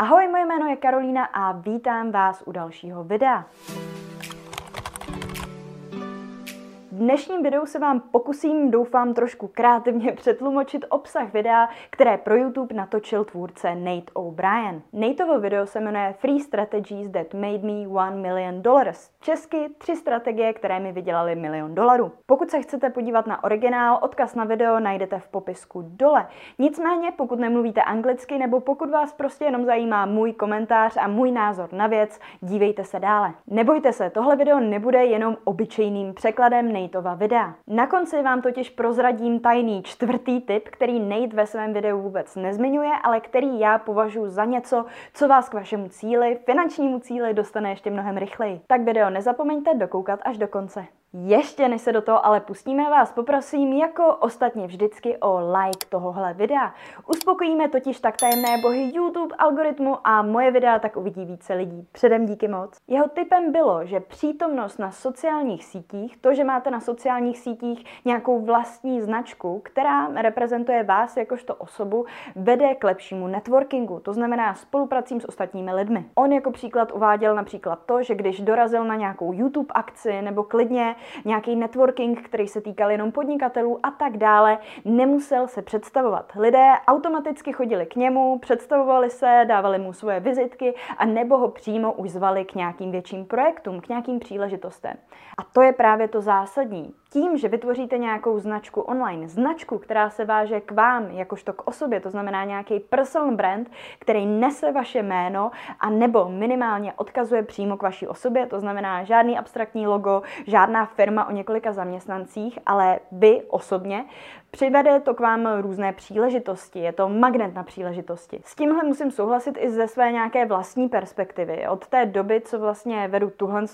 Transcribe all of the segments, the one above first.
Ahoj, moje jméno je Karolína a vítám vás u dalšího videa. V dnešním videu se vám pokusím, doufám, trošku kreativně přetlumočit obsah videa, které pro YouTube natočil tvůrce Nate O'Brien. Nateovo video se jmenuje Three Strategies That Made Me $1 Million. Česky 3 strategie, které mi vydělaly $1 milion. Pokud se chcete podívat na originál, odkaz na video najdete v popisku dole. Nicméně, pokud nemluvíte anglicky nebo pokud vás prostě jenom zajímá můj komentář a můj názor na věc, dívejte se dále. Nebojte se, tohle video nebude jenom obyčejným překladem Nateova videa. Na konci vám totiž prozradím tajný 4. tip, který Nate ve svém videu vůbec nezmiňuje, ale který já považuji za něco, co vás k vašemu cíli, finančnímu cíli, dostane ještě mnohem rychleji. Tak video nezapomeňte dokoukat až do konce. Ještě než se do toho ale pustíme, vás poprosím jako ostatně vždycky o like tohohle videa. Uspokojíme totiž tak tajemné bohy YouTube algoritmu a moje videa tak uvidí více lidí. Předem díky moc. Jeho tipem bylo, že přítomnost na sociálních sítích, to, že máte na sociálních sítích nějakou vlastní značku, která reprezentuje vás jakožto osobu, vede k lepšímu networkingu, to znamená spolupracím s ostatními lidmi. On jako příklad uváděl například to, že když dorazil na nějakou YouTube akci nebo klidně nějaký networking, který se týkal jenom podnikatelů a tak dále, nemusel se představovat. Lidé automaticky chodili k němu, představovali se, dávali mu svoje vizitky a nebo ho přímo už zvali k nějakým větším projektům, k nějakým příležitostem. A to je právě to zásadní. Tím, že vytvoříte nějakou značku online, značku, která se váže k vám, jakožto k osobě, to znamená nějaký personal brand, který nese vaše jméno a nebo minimálně odkazuje přímo k vaší osobě, to znamená žádný abstraktní logo, žádná firma o několika zaměstnancích, ale vy osobně, přivede to k vám různé příležitosti, je to magnet na příležitosti. S tímhle musím souhlasit i ze své nějaké vlastní perspektivy. Od té doby, co vlastně vedu tuhle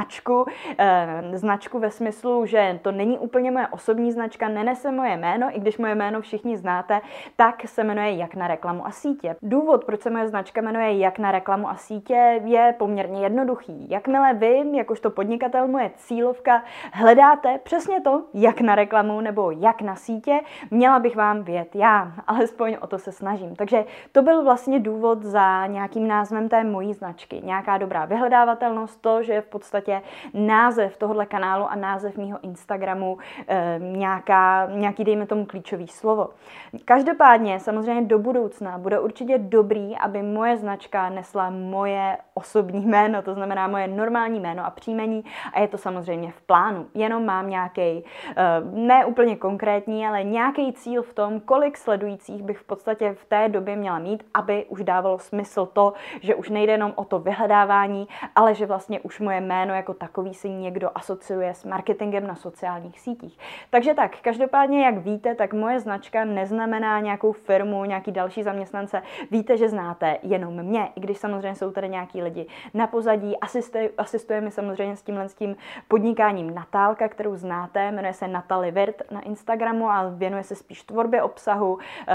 značku ve smyslu, že to není úplně moje osobní značka, nenese moje jméno, i když moje jméno všichni znáte, tak se jmenuje Jak na reklamu a sítě. Důvod, proč se moje značka jmenuje Jak na reklamu a sítě, je poměrně jednoduchý. Jakmile vy, jakožto podnikatel, moje cílovka, hledáte přesně to, jak na reklamu nebo jak na sítě, měla bych vám vědět já, alespoň o to se snažím. Takže to byl vlastně důvod za nějakým názvem té mojí značky. Nějaká dobrá vyhledávatelnost, to, že je v podstatě název tohohle kanálu a název mýho Instagramu nějaký, dejme tomu, klíčový slovo. Každopádně samozřejmě do budoucna bude určitě dobrý, aby moje značka nesla moje osobní jméno, to znamená moje normální jméno a příjmení a je to samozřejmě v plánu. Jenom mám nějaký, ne úplně konkrétní, ale nějaký cíl v tom, kolik sledujících bych v podstatě v té době měla mít, aby už dávalo smysl to, že už nejde jenom o to vyhledávání, ale že vlastně už moje jméno jako takový si někdo asociuje s marketingem na sociálních sítích. Takže tak, každopádně, jak víte, tak moje značka neznamená nějakou firmu, nějaký další zaměstnance. Víte, že znáte jenom mě, i když samozřejmě jsou tady nějaký lidi na pozadí. Asistuje mi samozřejmě s tímhle podnikáním Natálka, kterou znáte, jmenuje se Natalie Wirt na Instagramu a věnuje se spíš tvorbě obsahu,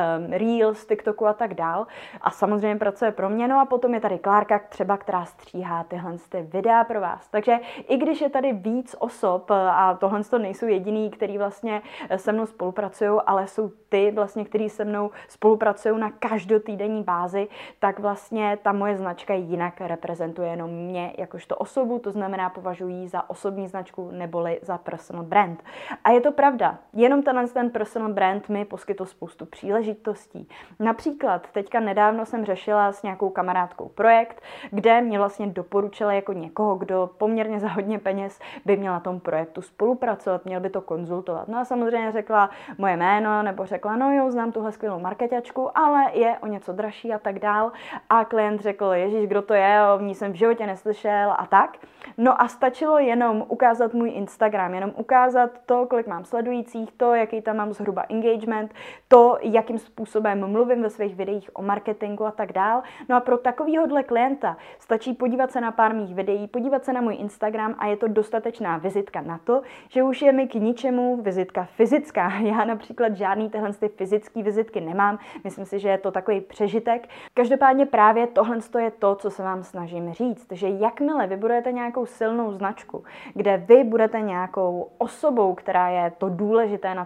Reels, TikToku a tak dál. A samozřejmě pracuje pro mě. No a potom je tady Klárka třeba, která stříhá tyhle videa pro vás. Takže i když je tady víc osob a tohle nejsou jediný, který vlastně se mnou spolupracují, ale jsou ty vlastně, který se mnou spolupracují na každotýdenní bázi, tak vlastně ta moje značka jinak reprezentuje jenom mě jakožto osobu, to znamená považuji za osobní značku neboli za personal brand. A je to pravda. Jenom ten personal brand mi poskytl spoustu příležitostí. Například teďka nedávno jsem řešila s nějakou kamarádkou projekt, kde mě vlastně doporučila jako někoho, kdo poměrně za hodně peněz by měl na tom projektu spolupracovat, měl by to konzultovat. No a samozřejmě řekla moje jméno, nebo řekla, no jo, znám tuhle skvělou marketačku, ale je o něco dražší a tak dál. A klient řekl, ježíš, kdo to je, o ní jsem v životě neslyšel a tak. No a stačilo jenom ukázat můj Instagram, jenom ukázat to, kolik mám sledujících, to, jaký tam mám zhruba engagement, to, jakým způsobem mluvím ve svých videích o marketingu a tak dál. No a pro takovýhodle klienta stačí podívat se na pár mých videí, podívat se na můj Instagram a je to dostatečná vizitka na to, že už je mi k ničemu vizitka fyzická. Já například žádný tyhle fyzické vizitky nemám, myslím si, že je to takový přežitek. Každopádně právě tohle je to, co se vám snažím říct, že jakmile vybudujete nějakou silnou značku, kde vy budete nějakou osobou, která je to důležité na té značce,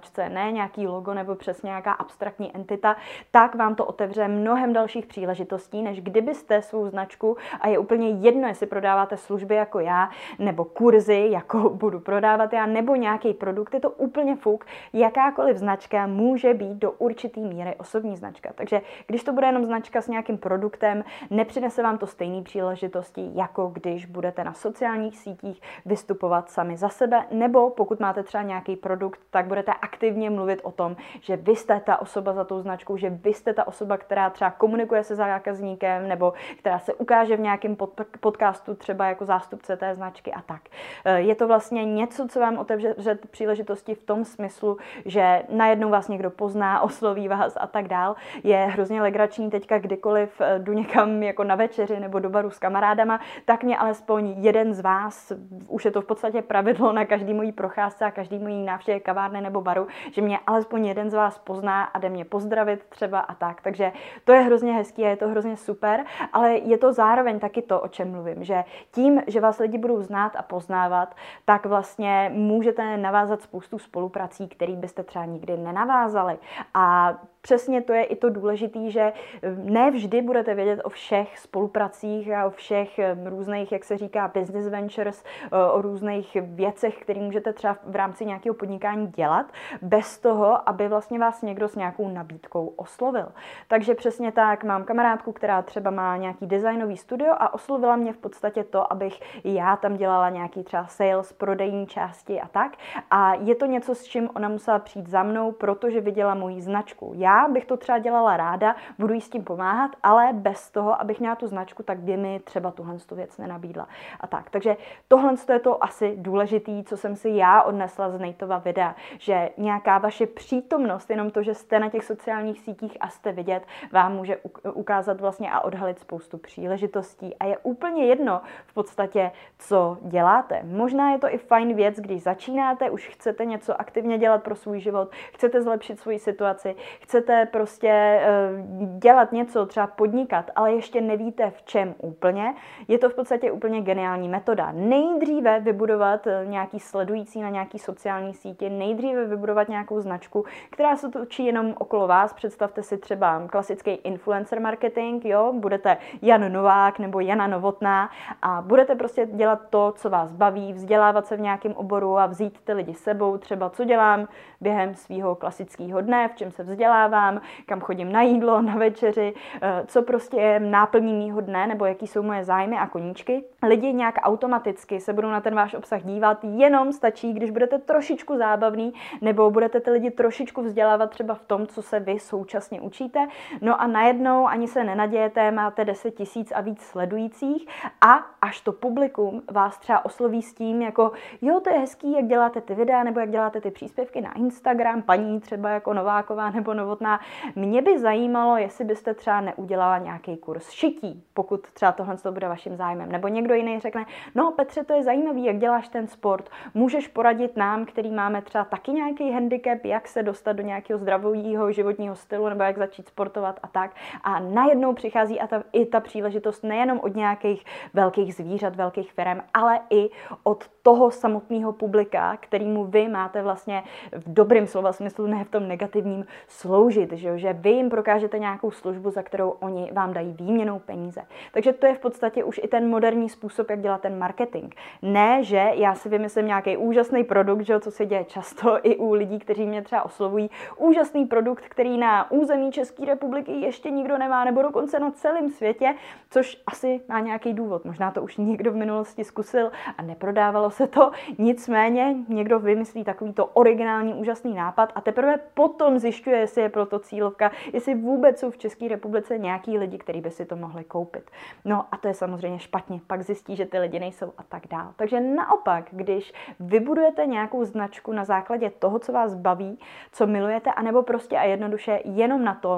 značce, ne nějaký logo nebo přesně nějaká abstraktní entita, tak vám to otevře mnohem dalších příležitostí, než kdybyste svou značku, a je úplně jedno, jestli prodáváte služby jako já, nebo kurzy, jako budu prodávat já, nebo nějaký produkt, je to úplně fuk, jakákoliv značka může být do určitý míry osobní značka. Takže když to bude jenom značka s nějakým produktem, nepřinese vám to stejné příležitosti, jako když budete na sociálních sítích vystupovat sami za sebe, nebo pokud máte třeba nějaký produkt, tak budete aktivně mluvit o tom, že vy jste ta osoba za tou značkou, že vy jste ta osoba, která třeba komunikuje se zákazníkem, nebo která se ukáže v nějakém podcastu třeba jako zástupce té značky a tak. Je to vlastně něco, co vám otevře příležitosti v tom smyslu, že najednou vás někdo pozná, osloví vás a tak dál. Je hrozně legrační teďka, kdykoliv jdu někam jako na večeři nebo do baru s kamarádama, tak mě alespoň jeden z vás, už je to v podstatě pravidlo na každý mojí procházce a každý mojí návštěvě kavárny nebo baru, že mě alespoň jeden z vás pozná a jde mě pozdravit třeba a tak. Takže to je hrozně hezký a je to hrozně super, ale je to zároveň taky to, o čem mluvím, že tím, že vás lidi budou znát a poznávat, tak vlastně můžete navázat spoustu spoluprací, který byste třeba nikdy nenavázali. A přesně to je i to důležité, že ne vždy budete vědět o všech spolupracích a o všech různých, jak se říká, business ventures, o různých věcech, které můžete třeba v rámci nějakého podnikání dělat, bez toho, aby vlastně vás někdo s nějakou nabídkou oslovil. Takže přesně tak, mám kamarádku, která třeba má nějaký designový studio a oslovila mě v podstatě to, abych já tam dělala nějaký třeba sales, prodejní části a tak. A je to něco, s čím ona musela přijít za mnou, protože viděla moji značku. Já bych to třeba dělala ráda, budu jí s tím pomáhat, ale bez toho, abych měla tu značku, tak by mi třeba tuhle věc nenabídla. A tak. Takže tohle je to asi důležitý, co jsem si já odnesla z Nateova videa, že nějaká vaše přítomnost, jenom to, že jste na těch sociálních sítích a jste vidět, vám může ukázat vlastně a odhalit spoustu příležitostí. A je úplně jedno v podstatě, co děláte. Možná je to i fajn věc, když začínáte, už chcete něco aktivně dělat pro svůj život, chcete zlepšit svoji situaci, chcete prostě dělat něco, třeba podnikat, ale ještě nevíte v čem úplně. Je to v podstatě úplně geniální metoda. Nejdříve vybudovat nějaký sledující na nějaký sociální sítě, nejdříve vybudovat nějakou značku, která se točí jenom okolo vás. Představte si třeba klasický influencer marketing, jo, budete Jan Novák nebo Jana Novotná a budete prostě dělat to, co vás baví, vzdělávat se v nějakém oboru a vzít ty lidi s sebou, třeba co dělám během svého klasického dne, v čem se vzdělávám, kam chodím na jídlo, na večeři, co prostě je náplní mýho dne, nebo jaký jsou moje zájmy a koníčky. Lidi nějak automaticky se budou na ten váš obsah dívat, jenom stačí, když budete trošičku zábavný, nebo budete ty lidi trošičku vzdělávat třeba v tom, co se vy současně učíte. No a najednou ani se nenadějete, máte 10 000 a víc sledujících a až to publikum vás třeba osloví s tím, jako jo, to je hezký, jak děláte ty videa, nebo jak děláte ty příspěvky na Instagram, paní třeba jako Nováková nebo Novotná. Mě by zajímalo, jestli byste třeba neudělala nějaký kurz šití, pokud třeba tohle bude vaším zájmem. Nebo někdo jiný řekne, no Petře, to je zajímavý, jak děláš ten sport. Můžeš poradit nám, který máme třeba taky nějaký handicap, jak se dostat do nějakého zdravého životního stylu, nebo jak začít sportovat a tak. A najednou přichází i ta příležitost nejenom od nějakých velkých zvířat, velkých firem, ale i od toho samotného publika, kterýmu vy máte vlastně v dobrém slova smyslu, ne v tom negativním, sloužit, že vy jim prokážete nějakou službu, za kterou oni vám dají výměnou peníze. Takže to je v podstatě už i ten moderní způsob, jak dělat ten marketing. Ne, že já si vymyslím nějaký úžasný produkt, že co se děje často i u lidí, kteří mě třeba oslovují, úžasný produkt, který na území České republiky ještě nikdo nemá, nebo dokonce na celém světě, což asi má nějaký důvod. Možná to už někdo v minulosti zkusil a neprodávalo se to. Nicméně někdo vymyslí takovýto originální úžasný nápad a teprve potom zjišťuje, jestli je pro to cílovka, jestli vůbec jsou v České republice nějaký lidi, kteří by si to mohli koupit. No a to je samozřejmě špatně. Pak zjistí, že ty lidi nejsou a tak dál. Takže naopak, když vybudujete nějakou značku na základě toho, co vás baví, co milujete, anebo prostě a jednoduše jenom na tom,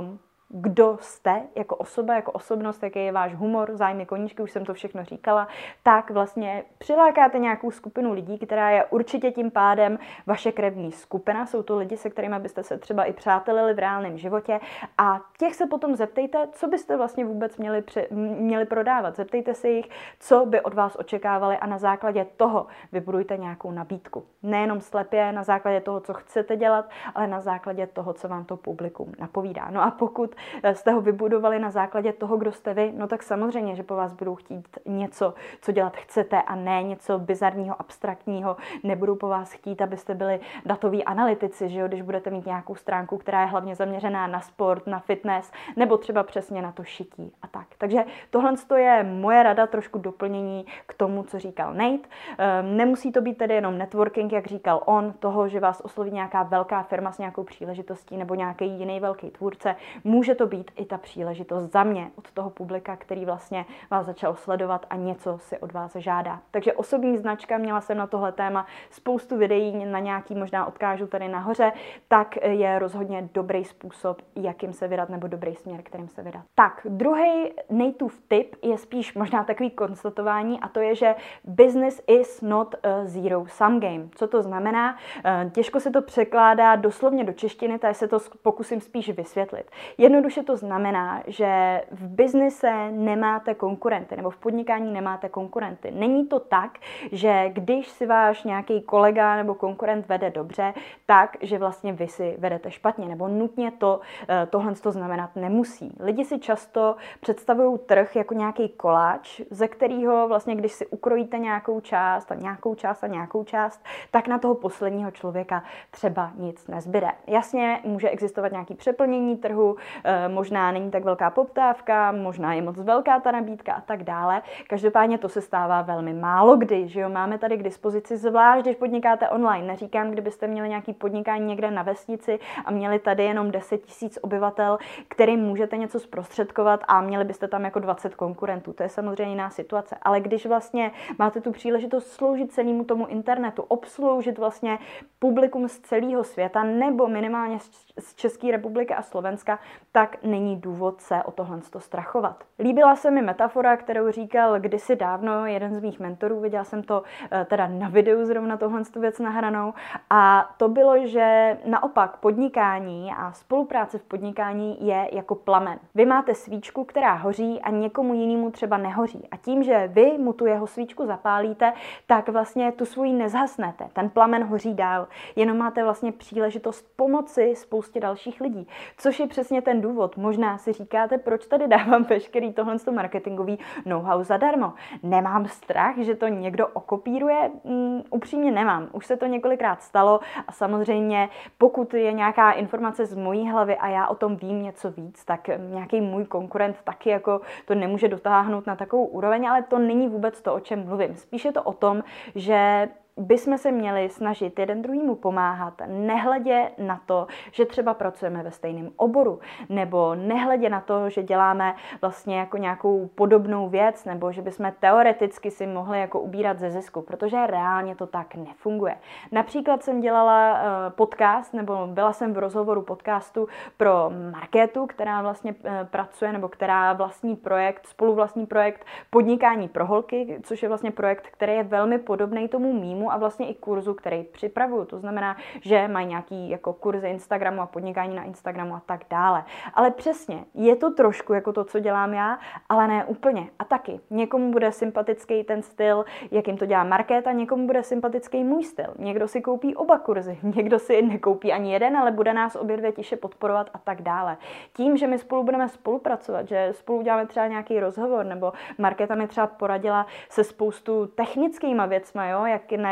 kdo jste jako osoba, jako osobnost, jaký je váš humor, zájmy, koníčky, už jsem to všechno říkala, tak vlastně přilákáte nějakou skupinu lidí, která je určitě tím pádem vaše krevní skupina. Jsou to lidi, se kterými byste se třeba i přátelili v reálném životě a těch se potom zeptejte, co byste vlastně vůbec měli prodávat. Zeptejte se jich, co by od vás očekávali a na základě toho vybudujte nějakou nabídku. Nejenom slepě na základě toho, co chcete dělat, ale na základě toho, co vám to publikum napovídá. No a pokud jste ho vybudovali na základě toho, kdo jste vy, no tak samozřejmě, že po vás budou chtít něco, co dělat chcete a ne něco bizarního, abstraktního. Nebudou po vás chtít, abyste byli datoví analytici, že jo, když budete mít nějakou stránku, která je hlavně zaměřená na sport, na fitness, nebo třeba přesně na to šití a tak. Takže tohle je moje rada, trošku doplnění k tomu, co říkal Nate. Nemusí to být tedy jenom networking, jak říkal on, toho, že vás osloví nějaká velká firma s nějakou příležitostí nebo nějaký jiný velký tvůrce. Může to být i ta příležitost za mě od toho publika, který vlastně vás začal sledovat a něco si od vás žádá. Takže osobní značka, měla jsem na tohle téma spoustu videí, na nějaký možná odkážu tady nahoře, tak je rozhodně dobrý způsob, jakým se vydat, nebo dobrý směr, kterým se vydat. Tak, druhý Nateův tip je spíš možná takový konstatování a to je, že business is not a zero sum game. Co to znamená? Těžko se to překládá doslovně do češtiny, takže se to pokusím spíš vysvětlit. Jednoduše to znamená, že v biznise nemáte konkurenty, nebo v podnikání nemáte konkurenty. Není to tak, že když si váš nějaký kolega nebo konkurent vede dobře, tak, že vlastně vy si vedete špatně, nebo nutně tohle to znamenat nemusí. Lidi si často představují trh jako nějaký koláč, ze kterého vlastně, když si ukrojíte nějakou část a nějakou část a nějakou část, tak na toho posledního člověka třeba nic nezbyde. Jasně, může existovat nějaký přeplnění trhu, možná není tak velká poptávka, možná je moc velká ta nabídka a tak dále. Každopádně to se stává velmi málo kdy, že jo? Máme tady k dispozici, zvlášť když podnikáte online. Neříkám, kdybyste měli nějaký podnikání někde na vesnici a měli tady jenom 10 000 obyvatel, kterým můžete něco zprostředkovat a měli byste tam jako 20 konkurentů. To je samozřejmě jiná situace. Ale když vlastně máte tu příležitost sloužit celému tomu internetu, obsloužit vlastně publikum z celého světa nebo minimálně z České republiky a Slovenska, tak není důvod se o tohle strachovat. Líbila se mi metafora, kterou říkal kdysi dávno jeden z mých mentorů, viděla jsem to teda na videu zrovna tohle věc nahranou, a to bylo, že naopak podnikání a spolupráce v podnikání je jako plamen. Vy máte svíčku, která hoří a někomu jinému třeba nehoří. A tím, že vy mu tu jeho svíčku zapálíte, tak vlastně tu svoji nezhasnete. Ten plamen hoří dál. Jenom máte vlastně příležitost pomoci spoustě dalších lidí. Což je přesně ten důvod. Možná si říkáte, proč tady dávám veškerý tohle marketingový know-how zadarmo. Nemám strach, že to někdo okopíruje? Upřímně nemám. Už se to několikrát stalo a samozřejmě pokud je nějaká informace z mojí hlavy a já o tom vím něco víc, tak nějaký můj konkurent taky jako to nemůže dotáhnout na takovou úroveň, ale to není vůbec to, o čem mluvím. Spíš je to o tom, že bychom se měli snažit jeden druhýmu pomáhat, nehledě na to, že třeba pracujeme ve stejném oboru, nebo nehledě na to, že děláme vlastně jako nějakou podobnou věc, nebo že bychom teoreticky si mohli jako ubírat ze zisku, protože reálně to tak nefunguje. Například jsem dělala podcast, nebo byla jsem v rozhovoru podcastu pro Markétu, která vlastně pracuje, nebo která vlastní projekt, spoluvlastní projekt Podnikání pro holky, což je vlastně projekt, který je velmi podobný tomu mýmu a vlastně i kurzu, který připravuju. To znamená, že mají nějaký jako kurzy Instagramu a podnikání na Instagramu a tak dále. Ale přesně, je to trošku jako to, co dělám já, ale ne úplně. A taky, někomu bude sympatický ten styl, jakým to dělá Markéta, někomu bude sympatický můj styl. Někdo si koupí oba kurzy, někdo si nekoupí ani jeden, ale bude nás obě dvě tiše podporovat a tak dále. Tím, že my spolu budeme spolupracovat, že spolu uděláme třeba nějaký rozhovor, nebo Markéta mi třeba poradila se spoustu technickýma věcma, jo,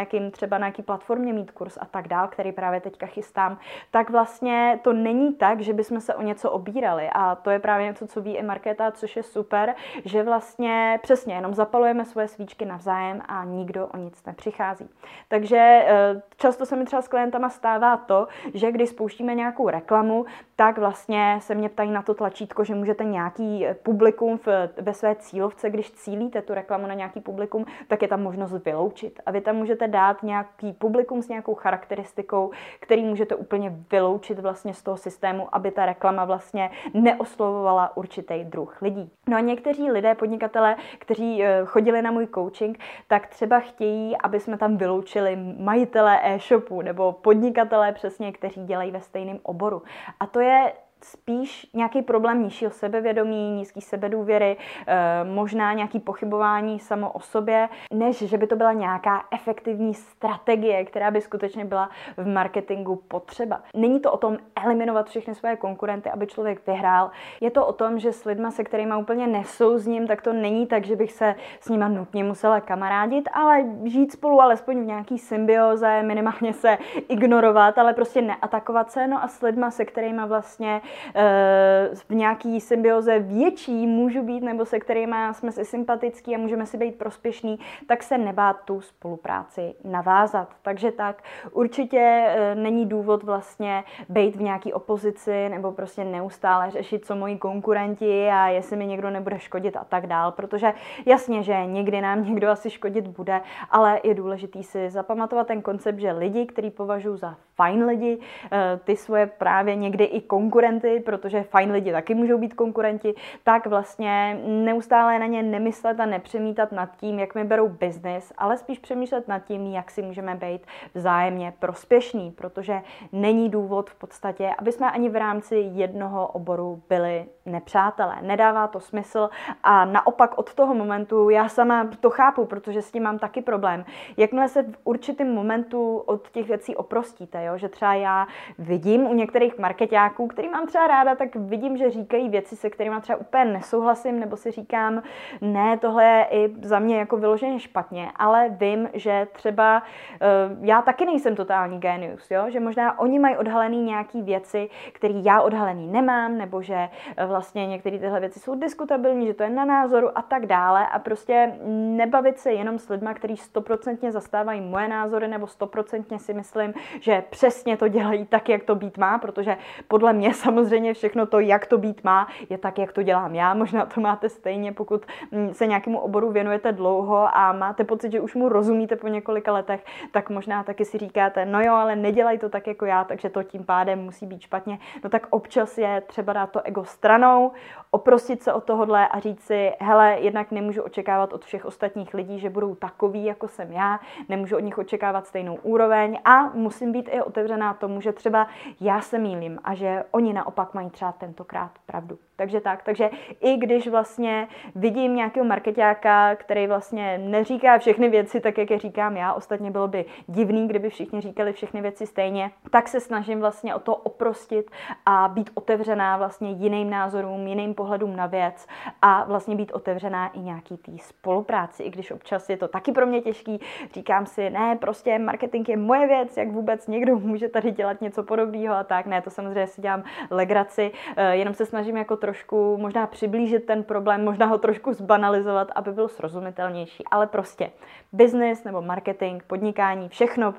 na jaký platformě mít kurz a tak dál, který právě teďka chystám, tak vlastně to není tak, že bychom se o něco obírali. A to je právě něco, co ví i Markéta, což je super, že vlastně přesně jenom zapalujeme svoje svíčky navzájem a nikdo o nic nepřichází. Takže často se mi třeba s klientama stává to, že když spouštíme nějakou reklamu, tak vlastně se mě ptají na to tlačítko, že můžete nějaký publikum ve své cílovce, když cílíte tu reklamu na nějaký publikum, tak je tam možnost vyloučit. A vy tam můžete dát nějaký publikum s nějakou charakteristikou, který můžete úplně vyloučit vlastně z toho systému, aby ta reklama vlastně neoslovovala určitý druh lidí. No a někteří lidé, podnikatelé, kteří chodili na můj coaching, tak třeba chtějí, aby jsme tam vyloučili majitele e-shopu nebo podnikatelé přesně, kteří dělají ve stejném oboru. A to je spíš nějaký problém nižšího sebevědomí, nízký sebedůvěry, možná nějaký pochybování samo o sobě, než že by to byla nějaká efektivní strategie, která by skutečně byla v marketingu potřeba. Není to o tom eliminovat všechny své konkurenty, aby člověk vyhrál. Je to o tom, že s lidma, se kterými úplně nesouzním, tak to není tak, že bych se s nima nutně musela kamarádit, ale žít spolu alespoň v nějaký symbioze, minimálně se ignorovat, ale prostě neatakovat se. No a s lidma, se kterými vlastně v nějaký symbioze větší můžu být, nebo se kterými jsme si sympatický a můžeme si být prospěšní, tak se nebát tu spolupráci navázat. Takže tak určitě není důvod vlastně být v nějaký opozici nebo prostě neustále řešit, co moji konkurenti a jestli mi někdo nebude škodit a tak dál, protože jasně, že někdy nám někdo asi škodit bude, ale je důležitý si zapamatovat ten koncept, že lidi, který považuji za fajn lidi, ty svoje právě někdy i konkurenty, protože fajn lidi taky můžou být konkurenti, tak vlastně neustále na ně nemyslet a nepřemítat nad tím, jak mi berou biznis, ale spíš přemýšlet nad tím, jak si můžeme být vzájemně prospěšní, protože není důvod v podstatě, aby jsme ani v rámci jednoho oboru byli nepřátelé. Nedává to smysl a naopak od toho momentu, já sama to chápu, protože s tím mám taky problém. Jakmile se v určitém momentu od těch věcí oprostíte, jo? Že třeba já vidím u některých markeťáků, který mám třeba ráda, tak vidím, že říkají věci, se kterými třeba úplně nesouhlasím, nebo si říkám, ne, tohle je i za mě jako vyloženě špatně, ale vím, že třeba já taky nejsem totální génius, jo? Že možná oni mají odhalený nějaký věci, které já odhalený nemám, nebo že vlastně některé tyhle věci jsou diskutabilní, že to je na názoru a tak dále a prostě nebavit se jenom s lidma, kteří 100% zastávají moje názory, nebo 100% si myslím, že přesně to dělají tak, jak to být má, protože podle mě samozřejmě všechno to, jak to být má, je tak, jak to dělám já. Možná to máte stejně, pokud se nějakému oboru věnujete dlouho a máte pocit, že už mu rozumíte po několika letech, tak možná taky si říkáte, no jo, ale nedělej to tak jako já, takže to tím pádem musí být špatně. No tak občas je třeba dát to ego stranou, oprostit se od tohohle a říct si, hele, jednak nemůžu očekávat od všech ostatních lidí, že budou takový, jako jsem já, nemůžu od nich očekávat stejnou úroveň a musím být i otevřená tomu, že třeba já se mýlím a že oni naopak mají třeba tentokrát pravdu. Takže i když vlastně vidím nějakého markeťáka, který vlastně neříká všechny věci tak, jak je říkám já, ostatně bylo by divný, kdyby všichni říkali všechny věci stejně, tak se snažím vlastně o to oprostit a být otevřená vlastně jiným názorům, jiným pohledům na věc a vlastně být otevřená i nějaký té spolupráci, i když občas je to taky pro mě těžký, říkám si, ne, prostě marketing je moje věc, jak vůbec někdo může tady dělat něco podobného a tak, ne, to samozřejmě si dělám legraci, jenom se snažím jako trošku možná přiblížit ten problém, možná ho trošku zbanalizovat, aby byl srozumitelnější, ale prostě business nebo marketing, podnikání,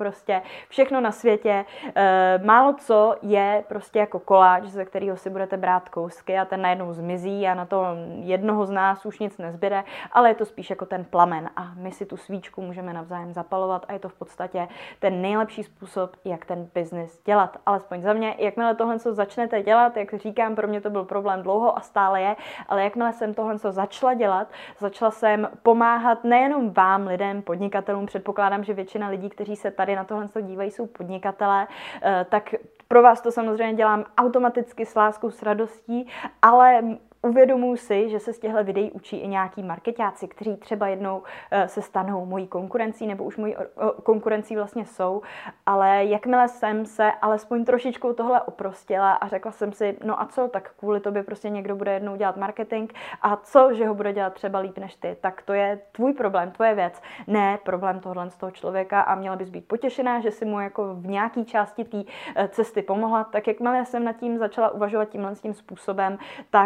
všechno na světě, málo co je prostě jako koláč, ze kterého si budete brát kousky a ten najednou zmizí a na to jednoho z nás už nic nezbyde, ale je to spíš jako ten plamen a my si tu svíčku můžeme navzájem zapalovat a je to v podstatě ten nejlepší způsob, jak ten business dělat. Alespoň za mě, jakmile tohle začnete dělat, jak říkám, pro mě to byl problém dlouho a stále je, ale jakmile jsem tohle začala dělat, začala jsem pomáhat nejenom vám, lidem, podnikatelům, předpokládám, že většina lidí, kteří se tady na tohle dívají, jsou podnikatelé, tak pro vás to samozřejmě dělám automaticky s láskou, s radostí, ale uvědomuji si, že se z těchto videí učí i nějaký markeťáci, kteří třeba jednou se stanou mojí konkurencí nebo už mojí konkurencí vlastně jsou, ale jakmile jsem se alespoň trošičku tohle oprostila a řekla jsem si, no a co, tak kvůli tobě prostě někdo bude jednou dělat marketing a co, že ho bude dělat třeba líp než ty, tak to je tvůj problém, tvoje věc, ne problém tohle z toho člověka a měla bys být potěšená, že si mu jako v nějaký části té cesty pomohla, tak jakmile jsem nad tím začala uvažovat tímhle tím způsobem, tak vlastně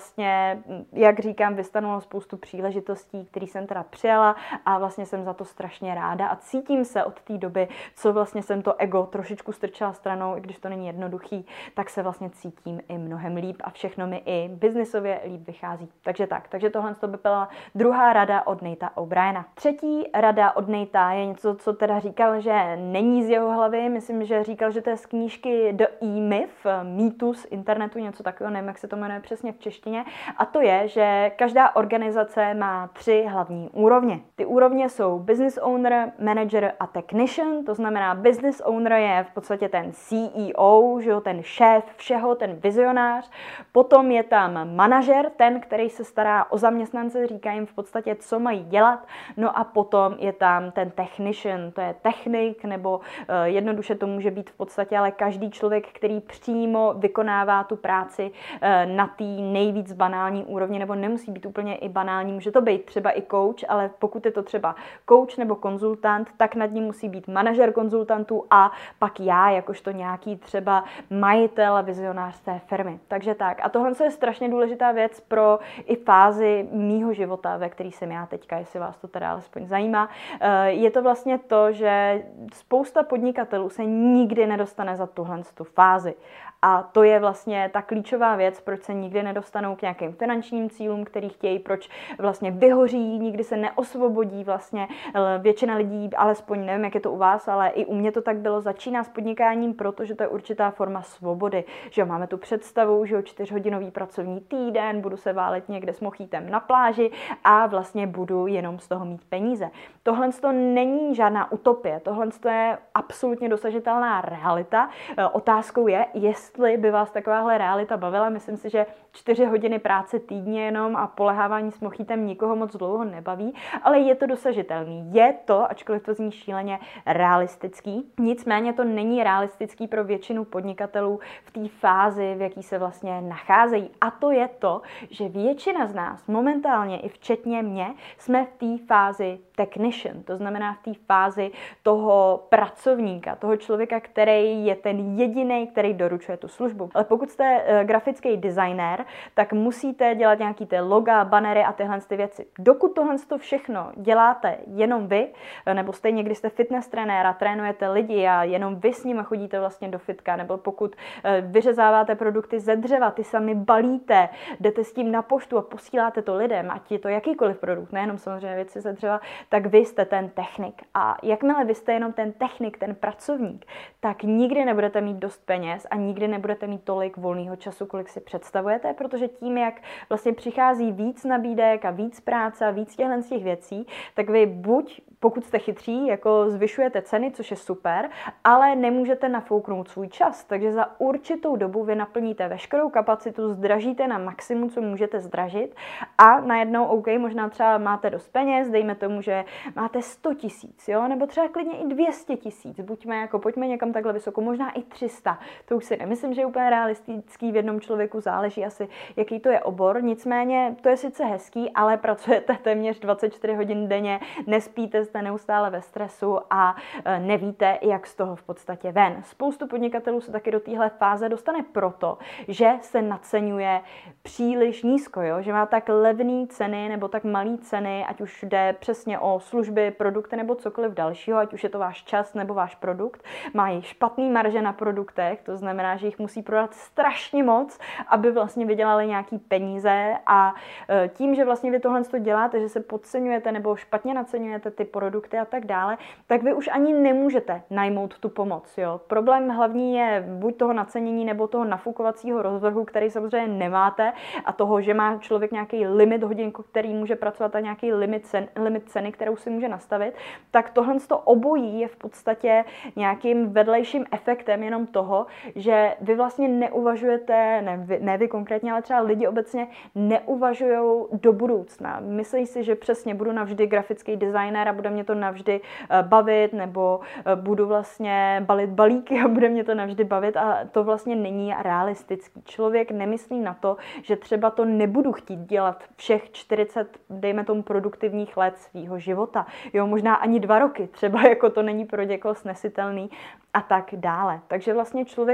vlastně, jak říkám, vystanulo spoustu příležitostí, které jsem teda přijala a vlastně jsem za to strašně ráda a cítím se od té doby, co vlastně jsem to ego trošičku strčila stranou, i když to není jednoduchý, tak se vlastně cítím i mnohem líp a všechno mi i biznisově líp vychází. Takže tohle by byla druhá rada od Natha O'Briena. Třetí rada od Natha je něco, co teda říkal, že není z jeho hlavy, myslím, že říkal, že to je z knížky The E-Myth, mýtus internetu, něco takového, nevím, jak se to jmenuje přesně v češtině, a to je, že každá organizace má 3 hlavní úrovně. Ty úrovně jsou business owner, manager a technician, to znamená business owner je v podstatě ten CEO, že jo, ten šéf všeho, ten vizionář, potom je tam manažer, ten, který se stará o zaměstnance, říká jim v podstatě, co mají dělat, no a potom je tam ten technician, to je technik, nebo jednoduše to může být v podstatě ale každý člověk, který přímo vykonává tu práci na té nejvíc banální úrovni, nebo nemusí být úplně i banální, může to být třeba i coach, ale pokud je to třeba coach nebo konzultant, tak nad ním musí být manažer konzultantů a pak já, jakožto nějaký třeba majitel a vizionář té firmy. Takže tak. A tohle je strašně důležitá věc pro i fázi mýho života, ve který jsem já teďka, jestli vás to teda alespoň zajímá. Je to vlastně to, že spousta podnikatelů se nikdy nedostane za tu fázi. A to je vlastně ta klíčová věc, proč se nikdy nedostanou k nějakým finančním cílům, který chtějí, proč vlastně vyhoří, nikdy se neosvobodí vlastně. Většina lidí, alespoň nevím, jak je to u vás, ale i u mě to tak bylo, začíná s podnikáním, protože to je určitá forma svobody. Že máme tu představu, že 4hodinový pracovní týden, budu se válet někde s mochítem na pláži a vlastně budu jenom z toho mít peníze. Tohle to není žádná utopie, tohle je absolutně dosažitelná realita. Otázkou je, jestli by vás takováhle realita bavila. Myslím si, že 4 hodiny práce týdně jenom a polehávání s mochítem nikoho moc dlouho nebaví, ale je to dosažitelný. Je to, ačkoliv to zní šíleně, realistický. Nicméně to není realistický pro většinu podnikatelů v té fázi, v jaký se vlastně nacházejí. A to je to, že většina z nás momentálně, i včetně mě, jsme v té fázi technician, to znamená v té fázi toho pracovníka, toho člověka, který je ten jediný, který doručuje tu službu. Ale pokud jste grafický designér, tak musíte dělat nějaký ty loga, banery a tyhle ty věci. Dokud tohle všechno děláte jenom vy, nebo stejně, když jste fitness trenér a trénujete lidi a jenom vy s nimi chodíte vlastně do fitka, nebo pokud vyřezáváte produkty ze dřeva, ty sami balíte, jdete s tím na poštu a posíláte to lidem, ať je to jakýkoliv produkt, nejenom samozřejmě věci ze dřeva, tak vy jste ten technik. A jakmile vy jste jenom ten technik, ten pracovník, tak nikdy nebudete mít dost peněz a nikdy nebudete mít tolik volného času, kolik si představujete, protože tím, jak vlastně přichází víc nabídek a víc práce a víc těch věcí, tak vy buď, pokud jste chytří, jako zvyšujete ceny, což je super, ale nemůžete nafouknout svůj čas. Takže za určitou dobu vy naplníte veškerou kapacitu, zdražíte na maximum, co můžete zdražit a najednou, OK, možná třeba máte dost peněz, dejme tomu, že máte 100 000, jo, nebo třeba klidně i 200 000, pojďme někam takhle vysoko, možná i 300. To už si nemyslím, že je úplně realistický v jednom člověku, záleží asi, jaký to je obor, nicméně to je sice hezký, ale pracujete téměř 24 hodin denně, nespíte, jste neustále ve stresu a nevíte, jak z toho v podstatě ven. Spoustu podnikatelů se taky do téhle fáze dostane proto, že se naceňuje příliš nízko, jo? Že má tak levné ceny nebo tak malé ceny, ať už jde přesně o služby, produkty nebo cokoliv dalšího, ať už je to váš čas nebo váš produkt. Mají špatný marže na produktech, to znamená, že jich musí prodat strašně moc, aby vlastně vydělali nějaký peníze a tím, že vlastně vy tohle děláte, že se podceňujete nebo špatně naceňujete ty produkty a tak dále, tak vy už ani nemůžete najmout tu pomoc. Jo? Problém hlavní je buď toho nacenění nebo toho nafukovacího rozvrhu, který samozřejmě nemáte a toho, že má člověk nějaký limit hodin, který může pracovat a nějaký limit ceny, kterou si může nastavit, tak tohle obojí je v podstatě nějakým vedlejším efektem jenom toho, že vy vlastně neuvažujete, ne vy konkrétně, ale třeba lidi obecně neuvažují do budoucna. Myslí si, že přesně budu navždy grafický designér a bude mě to navždy bavit, nebo budu vlastně balit balíky a bude mě to navždy bavit a to vlastně není realistický. Člověk nemyslí na to, že třeba to nebudu chtít dělat všech 40, dejme tomu, produktivních let svýho života. Jo, možná ani 2 roky, třeba jako to není pro někoho snesitelný a tak dále. Takže vlastně člověk musí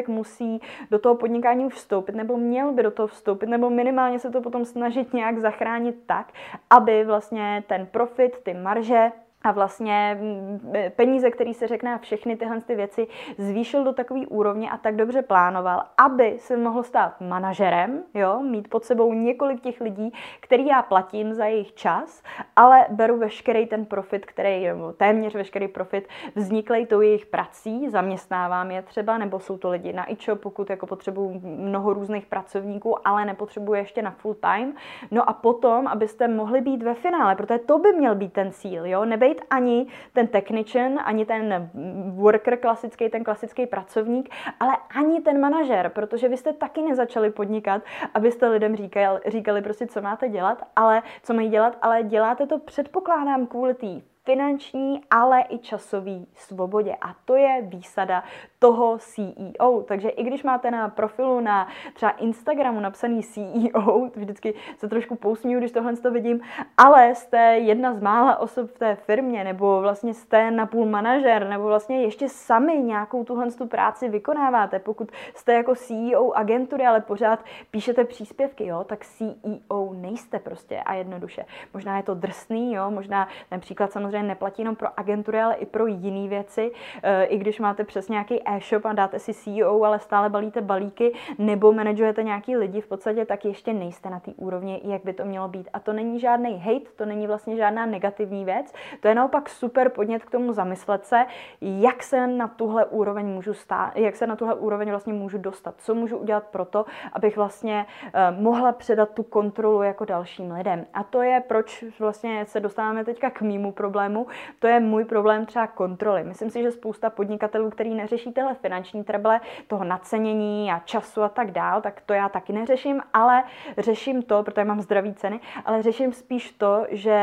musí do toho podnikání už vstoupit, nebo měl by do toho vstoupit, nebo minimálně se to potom snažit nějak zachránit tak, aby vlastně ten profit, ty marže a vlastně peníze, který se řekne a všechny tyhle ty věci zvýšil do takové úrovně a tak dobře plánoval, aby se mohl stát manažerem, jo, mít pod sebou několik těch lidí, který já platím za jejich čas, ale beru veškerý ten profit, nebo téměř veškerý profit vzniklej tou jejich prací, zaměstnávám je třeba, nebo jsou to lidi na e-shop, pokud jako potřebuju mnoho různých pracovníků, ale nepotřebuji ještě na full time. No a potom, abyste mohli být ve finále, protože to by měl být ten cíl, jo, nebejt ani ten technician, ani ten worker klasický, ten klasický pracovník, ale ani ten manažer, protože vy jste taky nezačali podnikat, abyste lidem říkali prostě, co máte dělat, ale co mají dělat, ale děláte to, předpokládám, kvůli té finanční, ale i časový svobodě. A to je výsada toho CEO. Takže i když máte na profilu na třeba Instagramu napsaný CEO, vždycky se trošku pousmíju, když tohle to vidím, ale jste jedna z mála osob v té firmě, nebo vlastně jste napůl manažer, nebo vlastně ještě sami nějakou tuhle práci vykonáváte. Pokud jste jako CEO agentury, ale pořád píšete příspěvky, jo, tak CEO nejste prostě a jednoduše. Možná je to drsný, jo, možná ten příklad samozřejmě neplatí jenom pro agentury, ale i pro jiné věci. I když máte přes nějaký e-shop a dáte si CEO, ale stále balíte balíky, nebo manažujete nějaký lidi v podstatě, tak ještě nejste na té úrovni, jak by to mělo být. A to není žádný hate, to není vlastně žádná negativní věc. To je naopak super podnět k tomu zamyslet se, jak se na tuhle úroveň můžu jak se na tuhle úroveň vlastně můžu dostat. Co můžu udělat pro to, abych vlastně mohla předat tu kontrolu jako dalším lidem. A to je, proč vlastně se dostáváme teďka k mému problému. To je můj problém třeba kontroly. Myslím si, že spousta podnikatelů, který neřeší tyhle finanční trable, toho nacenění a času a tak dál, tak to já taky neřeším, ale řeším to, protože mám zdraví ceny, ale řeším spíš to, že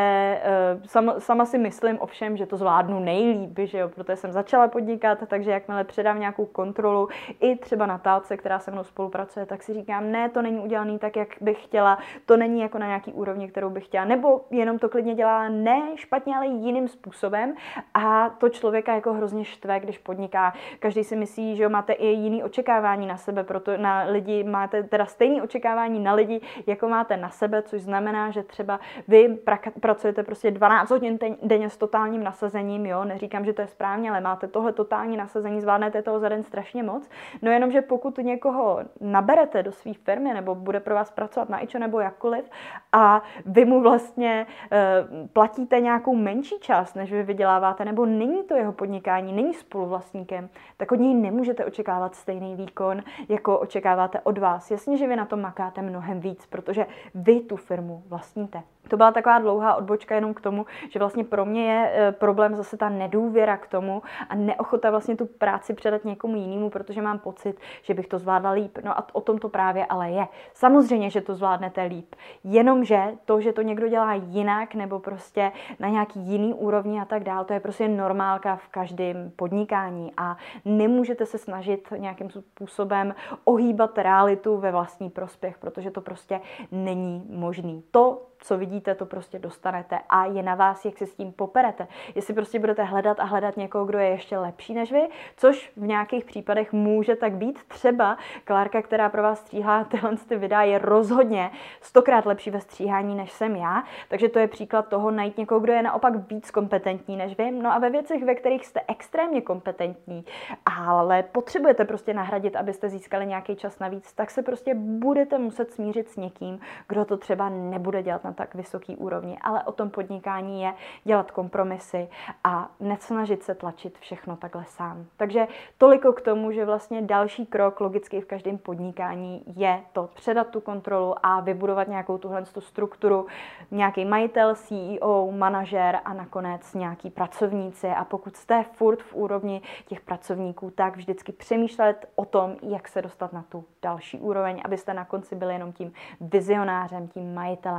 sama si myslím ovšem, že to zvládnu nejlíp, že jo, protože jsem začala podnikat, takže jakmile předám nějakou kontrolu i třeba Natálce, která se mnou spolupracuje, tak si říkám, ne, to není udělaný tak, jak bych chtěla, to není jako na nějaký úrovni, kterou bych chtěla, nebo jenom to klidně dělá ne špatně, ale jiným způsobem a to člověka jako hrozně štve, když podniká. Každý si myslí, že máte i jiný očekávání na sebe, proto na lidi máte teda stejné očekávání na lidi, jako máte na sebe, což znamená, že třeba vy pracujete prostě 12 hodin denně s totálním nasazením, jo, neříkám, že to je správně, ale máte tohle totální nasazení, zvládnete toho za den strašně moc. No jenomže pokud někoho naberete do své firmy nebo bude pro vás pracovat na ičo nebo jakkoliv a vy mu vlastně platíte nějakou menší část, než vy vyděláváte, nebo není to jeho podnikání, není spoluvlastníkem, tak od něj nemůžete očekávat stejný výkon, jako očekáváte od vás. Jasně, že vy na tom makáte mnohem víc, protože vy tu firmu vlastníte. To byla taková dlouhá odbočka jenom k tomu, že vlastně pro mě je problém zase ta nedůvěra k tomu a neochota vlastně tu práci předat někomu jinému, protože mám pocit, že bych to zvládla líp. No a o tom to právě ale je. Samozřejmě, že to zvládnete líp. Jenomže to, že to někdo dělá jinak nebo prostě na nějaký jiný úrovni a tak dál, to je prostě normálka v každém podnikání a nemůžete se snažit nějakým způsobem ohýbat realitu ve vlastní prospěch, protože to prostě není možný. To, co vidíte, to prostě dostanete a je na vás, jak se s tím poperete. Jestli prostě budete hledat a hledat někoho, kdo je ještě lepší než vy, což v nějakých případech může tak být. Třeba Klárka, která pro vás stříhá tyhle videa, je rozhodně 100krát lepší ve stříhání, než jsem já. Takže to je příklad toho najít někoho, kdo je naopak víc kompetentní než vy. No a ve věcech, ve kterých jste extrémně kompetentní, ale potřebujete prostě nahradit, abyste získali nějaký čas navíc, tak se prostě budete muset smířit s někým, kdo to třeba nebude dělat na tak vysoký úrovni, ale o tom podnikání je dělat kompromisy a nesnažit se tlačit všechno takhle sám. Takže toliko k tomu, že vlastně další krok logicky v každém podnikání je to předat tu kontrolu a vybudovat nějakou tuhle strukturu, nějaký majitel, CEO, manažer a nakonec nějaký pracovníci. A pokud jste furt v úrovni těch pracovníků, tak vždycky přemýšlet o tom, jak se dostat na tu další úroveň, abyste na konci byli jenom tím vizionářem, tím majitelem.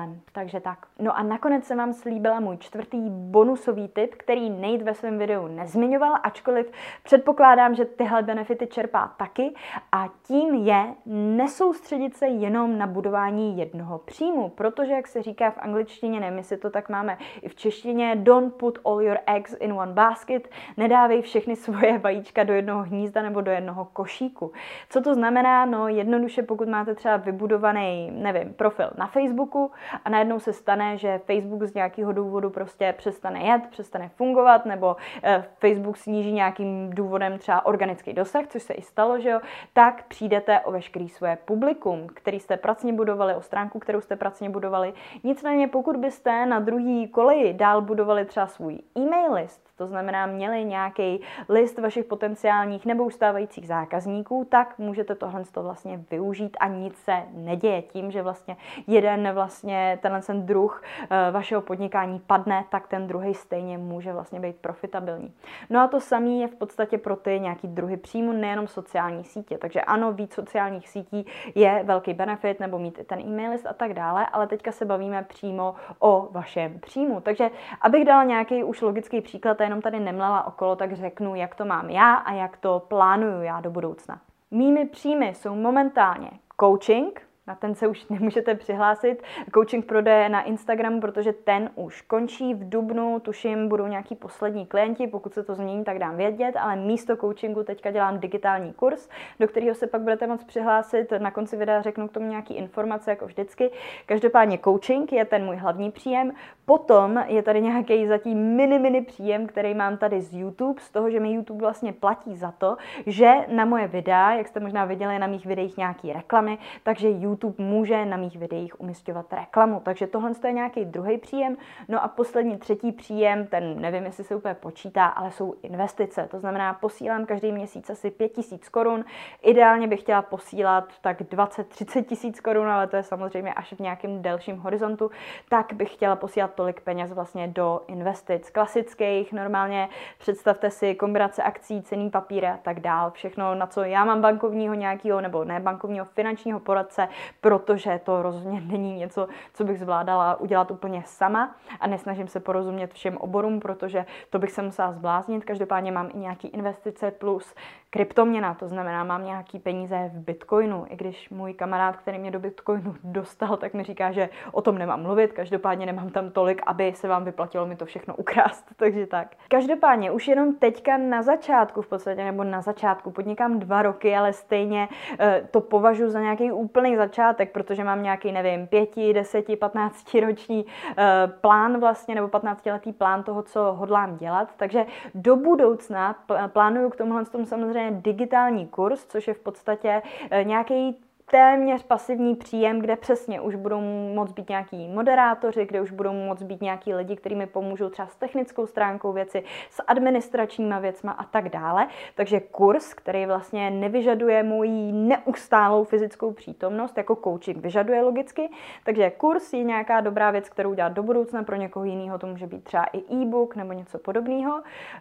takže tak. No a nakonec jsem vám slíbila můj 4. bonusový tip, který Nate ve svém videu nezmiňoval, ačkoliv předpokládám, že tyhle benefity čerpá taky, a tím je nesoustředit se jenom na budování jednoho příjmu, protože, jak se říká v angličtině, nevím, jestli to tak máme i v češtině, don't put all your eggs in one basket, nedávej všechny svoje vajíčka do jednoho hnízda nebo do jednoho košíku. Co to znamená? No jednoduše, pokud máte třeba vybudovaný, nevím, profil na Facebooku a najednou se stane, že Facebook z nějakého důvodu prostě přestane jet, přestane fungovat, nebo Facebook sníží nějakým důvodem třeba organický dosah, což se i stalo, že jo, tak přijdete o veškerý svoje publikum, který jste pracně budovali, o stránku, kterou jste pracně budovali. Nicméně, pokud byste na druhý koleji dál budovali třeba svůj e-mail list, to znamená měli nějaký list vašich potenciálních nebo ustávajících zákazníků, tak můžete tohle vlastně využít a nic se neděje tím, že vlastně jeden vlastně tenhle druh vašeho podnikání padne, tak ten druhý stejně může vlastně být profitabilní. No a to samé je v podstatě pro ty nějaký druhy příjmu, nejenom sociální sítě. Takže ano, víc sociálních sítí je velký benefit, nebo mít i ten e-mail list a tak dále, ale teďka se bavíme přímo o vašem příjmu. Takže abych dala nějaký už logický příklad, jenom tady nemlala okolo, tak řeknu, jak to mám já a jak to plánuju já do budoucna. Mými příjmy jsou momentálně coaching, na ten se už nemůžete přihlásit, coaching prodeje na Instagramu, protože ten už končí v dubnu, tuším, budou nějaký poslední klienti, pokud se to změní, tak dám vědět, ale místo coachingu teďka dělám digitální kurz, do kterého se pak budete moct přihlásit, na konci videa řeknu k tomu nějaký informace, jako vždycky. Každopádně coaching je ten můj hlavní příjem, potom je tady nějaký zatím mini příjem, který mám tady z YouTube, z toho, že mi YouTube vlastně platí za to, že na moje videa, jak jste možná viděli na mých videích nějaký reklamy, takže YouTube může na mých videích umisťovat reklamu, takže tohle je nějaký druhý příjem. No a poslední 3. příjem, ten nevím, jestli se úplně počítá, ale jsou investice. To znamená, posílám každý měsíc asi 5 000 korun. Ideálně bych chtěla posílat tak 20-30 000 korun, ale to je samozřejmě až v nějakém delším horizontu. Tak bych chtěla posílat tolik peněz vlastně do investic klasických. Normálně představte si kombinace akcí, cenný papíry a tak dál. Všechno, na co já mám bankovního nějakého, nebo ne bankovního, finančního poradce, protože to rozhodně není něco, co bych zvládala udělat úplně sama a nesnažím se porozumět všem oborům, protože to bych se musela zbláznit. Každopádně mám i nějaký investice plus kryptoměna, to znamená, mám nějaký peníze v Bitcoinu, i když můj kamarád, který mě do Bitcoinu dostal, tak mi říká, že o tom nemám mluvit, každopádně nemám tam tolik, aby se vám vyplatilo mi to všechno ukrást, takže tak. Každopádně už jenom teďka na začátku v podstatě, nebo na začátku, podnikám 2 roky, ale stejně to považuji za nějaký úplný začátek, protože mám nějaký, nevím, 5, 10, 15 roční plán vlastně, nebo 15letý plán toho, co hodlám dělat, takže do budoucna plánuju k tomuhle samozřejmě digitální kurz, což je v podstatě nějaký téměř pasivní příjem, kde přesně už budou moct být nějaký moderátoři, kde už budou moct být nějaký lidi, kteří mi pomůžou třeba s technickou stránkou věci, s administračníma věcma a tak dále. Takže kurz, který vlastně nevyžaduje moji neustálou fyzickou přítomnost, jako coaching vyžaduje logicky, takže kurz je nějaká dobrá věc, kterou dělat do budoucna, pro někoho jiného to může být třeba i e-book nebo něco podobného.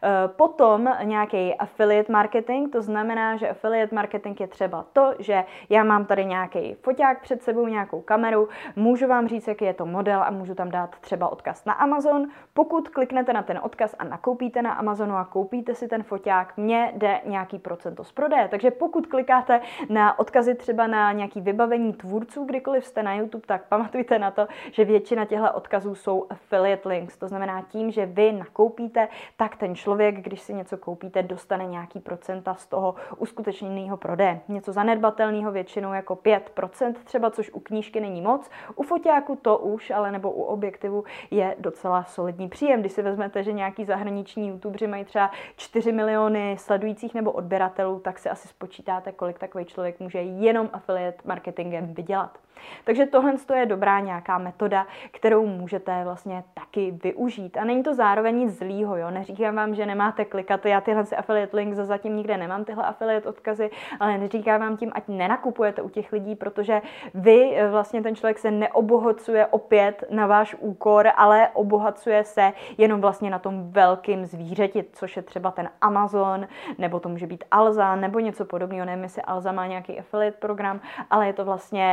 Potom nějaký affiliate marketing, to znamená, že affiliate marketing je třeba to, že já mám tady nějaký foťák před sebou, nějakou kameru, můžu vám říct, jaký je to model a můžu tam dát třeba odkaz na Amazon. Pokud kliknete na ten odkaz a nakoupíte na Amazonu a koupíte si ten foťák, mně jde nějaký procento z prodeje. Takže pokud klikáte na odkazy třeba na nějaký vybavení tvůrců, kdykoliv jste na YouTube, tak pamatujte na to, že většina těchto odkazů jsou affiliate links. To znamená tím, že vy nakoupíte, tak ten člověk, když si něco koupíte, dostane nějaký procenta z toho uskutečněného prodeje. Něco zanedbatelného většinou jako 5% třeba, což u knížky není moc. U foťáku to už, ale nebo u objektivu je docela solidní příjem. Když si vezmete, že nějaký zahraniční youtubeři mají třeba 4 miliony sledujících nebo odběratelů, tak si asi spočítáte, kolik takový člověk může jenom affiliate marketingem vydělat. Takže tohle je dobrá nějaká metoda, kterou můžete vlastně taky využít. A není to zároveň nic zlýho, jo? Neříkám vám, že nemáte klikat, já tyhle affiliate links zatím nikde nemám, tyhle affiliate odkazy, ale neříkám vám tím, ať nenakupujete u těch lidí, protože vy vlastně ten člověk se neobohacuje opět na váš úkor, ale obohacuje se jenom vlastně na tom velkým zvířeti, což je třeba ten Amazon, nebo to může být Alza, nebo něco podobného. Nevím, jestli Alza má nějaký affiliate program, ale je to vlastně ten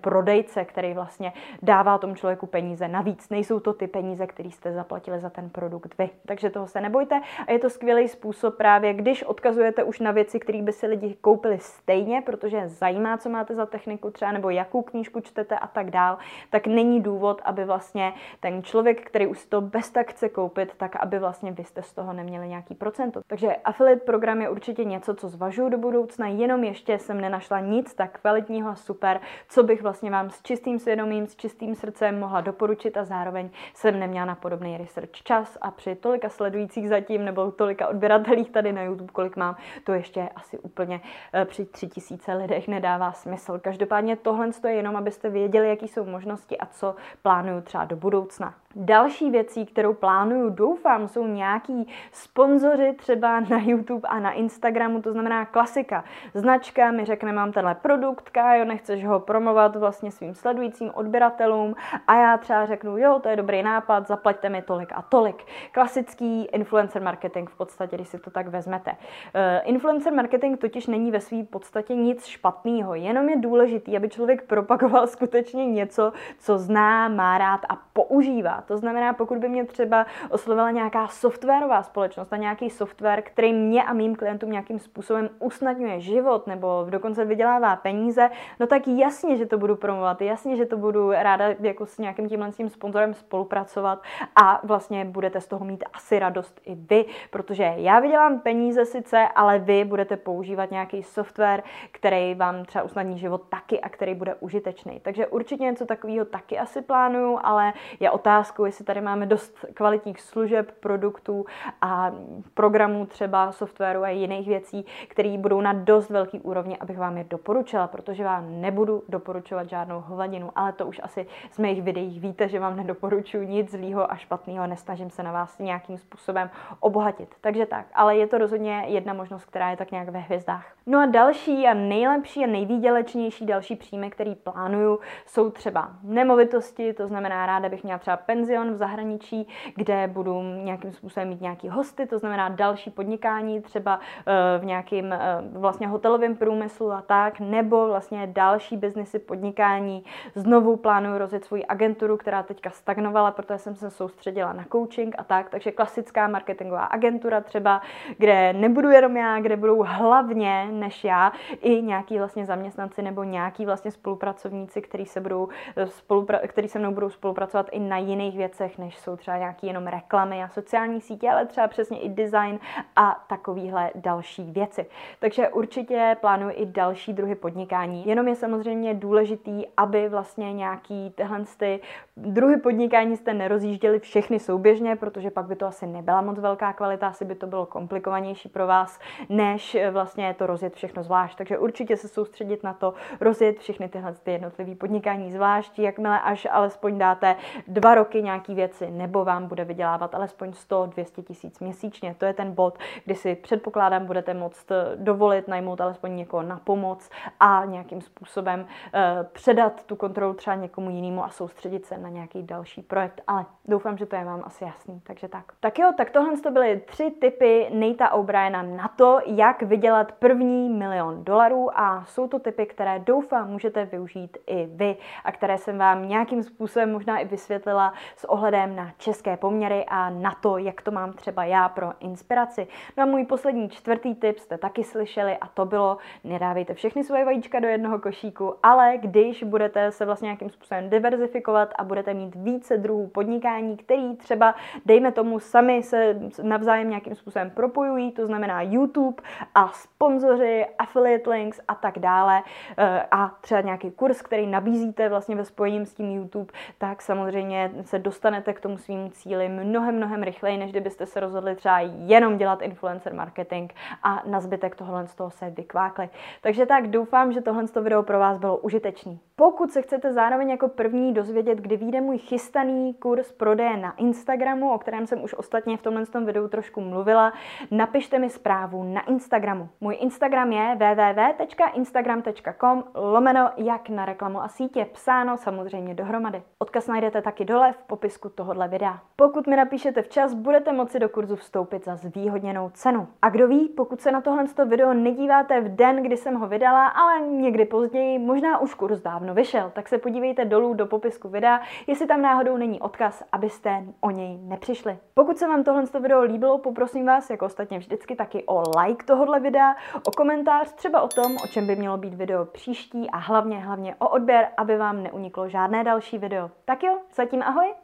prodejce, který vlastně dává tomu člověku peníze navíc. Nejsou to ty peníze, které jste zaplatili za ten produkt vy. Takže toho se nebojte a je to skvělý způsob právě, když odkazujete už na věci, které by si lidi koupili stejně, protože je zajímá, co máte za techniku třeba, nebo jakou knížku čtete a tak dál, tak není důvod, aby vlastně ten člověk, který už to bez tak chce koupit, tak aby vlastně vy jste z toho neměli nějaký procento. Takže affiliate program je určitě něco, co zvažuju do budoucna, jenom ještě jsem nenašla nic tak kvalitního a super, co bych vlastně vám s čistým svědomím, s čistým srdcem mohla doporučit a zároveň jsem neměla na podobný research čas a při tolika sledujících zatím nebo tolika odběratelích tady na YouTube, kolik mám, to ještě asi úplně při 3000 lidech nedává smysl. Každopádně tohle je jenom, abyste věděli, jaký jsou možnosti a co plánuju třeba do budoucna. Další věcí, kterou plánuju, doufám, jsou nějaký sponzoři třeba na YouTube a na Instagramu, to znamená klasika. Značka mi řekne, mám tenhle produkt, Kájo, nechceš ho promovat vlastně svým sledujícím odběratelům a já třeba řeknu, jo, to je dobrý nápad, zaplaťte mi tolik a tolik. Klasický influencer marketing v podstatě, když si to tak vezmete. Influencer marketing totiž není ve své podstatě nic špatného, jenom je důležitý, aby člověk propagoval skutečně něco, co zná, má rád a používá. To znamená, pokud by mě třeba oslovila nějaká softwarová společnost a nějaký software, který mě a mým klientům nějakým způsobem usnadňuje život nebo dokonce vydělává peníze, no tak jasně, že to budu promovat, jasně, že to budu ráda jako s nějakým tímhle sponzorem spolupracovat a vlastně budete z toho mít asi radost i vy, protože já vydělám peníze sice, ale vy budete používat nějaký software, který vám třeba usnadní život taky a který bude užitečný. Takže určitě něco takového taky asi plánuju, ale je otázkou, jestli tady máme dost kvalitních služeb, produktů a programů třeba softwaru a jiných věcí, které budou na dost velký úrovni, abych vám je doporučila, protože vám nebudu doporučovat žádnou hovadinu, ale to už asi z mých videí víte, že vám nedoporučuji nic zlýho a špatného, nesnažím se na vás nějakým způsobem obohatit. Takže tak, ale je to rozhodně jedna možnost, která je tak nějak ve hvězdách. No a další a nejlepší a nejvýdělečnější další příjmy, který plánuju, jsou třeba nemovitosti, to znamená, ráda bych měla třeba penzion v zahraničí, kde budu nějakým způsobem mít nějaký hosty, to znamená další podnikání třeba v nějakým vlastně hotelovém průmyslu a tak, nebo vlastně další biznesy podnikání. Znovu plánuju rozjet svou agenturu, která teďka stagnovala, protože jsem se soustředila na coaching a tak, takže klasická marketingová agentura třeba, kde nebudu jenom já, kde budou hlavně než já i nějaký vlastně zaměstnanci nebo nějaký vlastně spolupracovníci, kteří se mnou budou spolupracovat i na jiných věcech, než jsou třeba nějaký jenom reklamy a sociální sítě, ale třeba přesně i design a takovýhle další věci. Takže určitě plánuji i další druhy podnikání. Jenom je samozřejmě důležitý, aby vlastně nějaký tyhle druhy podnikání jste nerozjížděli všechny souběžně, protože pak by to asi nebyla moc velká kvalita, asi by to bylo komplikovanější pro vás, než vlastně to rozjet všechno zvlášť. Takže určitě se soustředit na to, rozjet všechny tyhle jednotlivé podnikání zvlášť, jakmile až alespoň dáte 2 roky nějaký věci, nebo vám bude vydělávat alespoň 100-200 tisíc měsíčně. To je ten bod, kdy si předpokládám, budete moct dovolit najmout alespoň někoho na pomoc a nějakým způsobem předat tu kontrolu třeba někomu jinému a soustředit se na nějaký další projekt. Ale doufám, že to je vám asi jasný, takže tak. Tak jo, tak tohle to byly 3 tipy Natea O'Briena na to, jak vydělat první $1 milion a jsou to tipy, které doufám můžete využít i vy a které jsem vám nějakým způsobem možná i vysvětlila s ohledem na české poměry a na to, jak to mám třeba já pro inspiraci. No a můj poslední 4. tip jste taky slyšeli a to bylo, nedávejte všechny svoje vajíčka do jednoho košíku, ale když budete se vlastně nějakým způsobem diverzifikovat a budete mít více druhů podnikání, který třeba, dejme tomu, sami se navzájem nějakým způsobem propojují, to znamená YouTube a sponzoři, affiliate links a tak dále a třeba nějaký kurz, který nabízíte vlastně ve spojení s tím YouTube, tak samozřejmě se dostanete k tomu svým cíli mnohem rychleji, než kdybyste se rozhodli třeba jenom dělat influencer marketing a na zbytek tohle z toho se vykvákli. Takže tak doufám, že tohle video pro vás bylo užitečný. Pokud se chcete zároveň jako první dozvědět, kdy vyjde můj chystaný kurz prodeje na Instagramu, o kterém jsem už ostatně v tomhle videu trošku mluvila, napište mi zprávu na Instagramu. Můj Instagram je www.instagram.com/jak na reklamu a sítě, psáno samozřejmě dohromady. Odkaz najdete taky dole v popisku tohohle videa. Pokud mi napíšete včas, budete moci do kurzu vstoupit za zvýhodněnou cenu. A kdo ví, pokud se na tohle video nedíváte v den, kdy jsem ho vydala, ale někdy později, možná už kurz dávno vyšel, tak se podívejte dolů do popisku videa, jestli tam náhodou není odkaz, abyste o něj nepřišli. Pokud se vám tohle video líbilo, poprosím vás, jako ostatně vždycky, taky o like tohohle videa, o komentář třeba o tom, o čem by mělo být video příští a hlavně o odběr, aby vám neuniklo žádné další video. Tak jo, zatím ahoj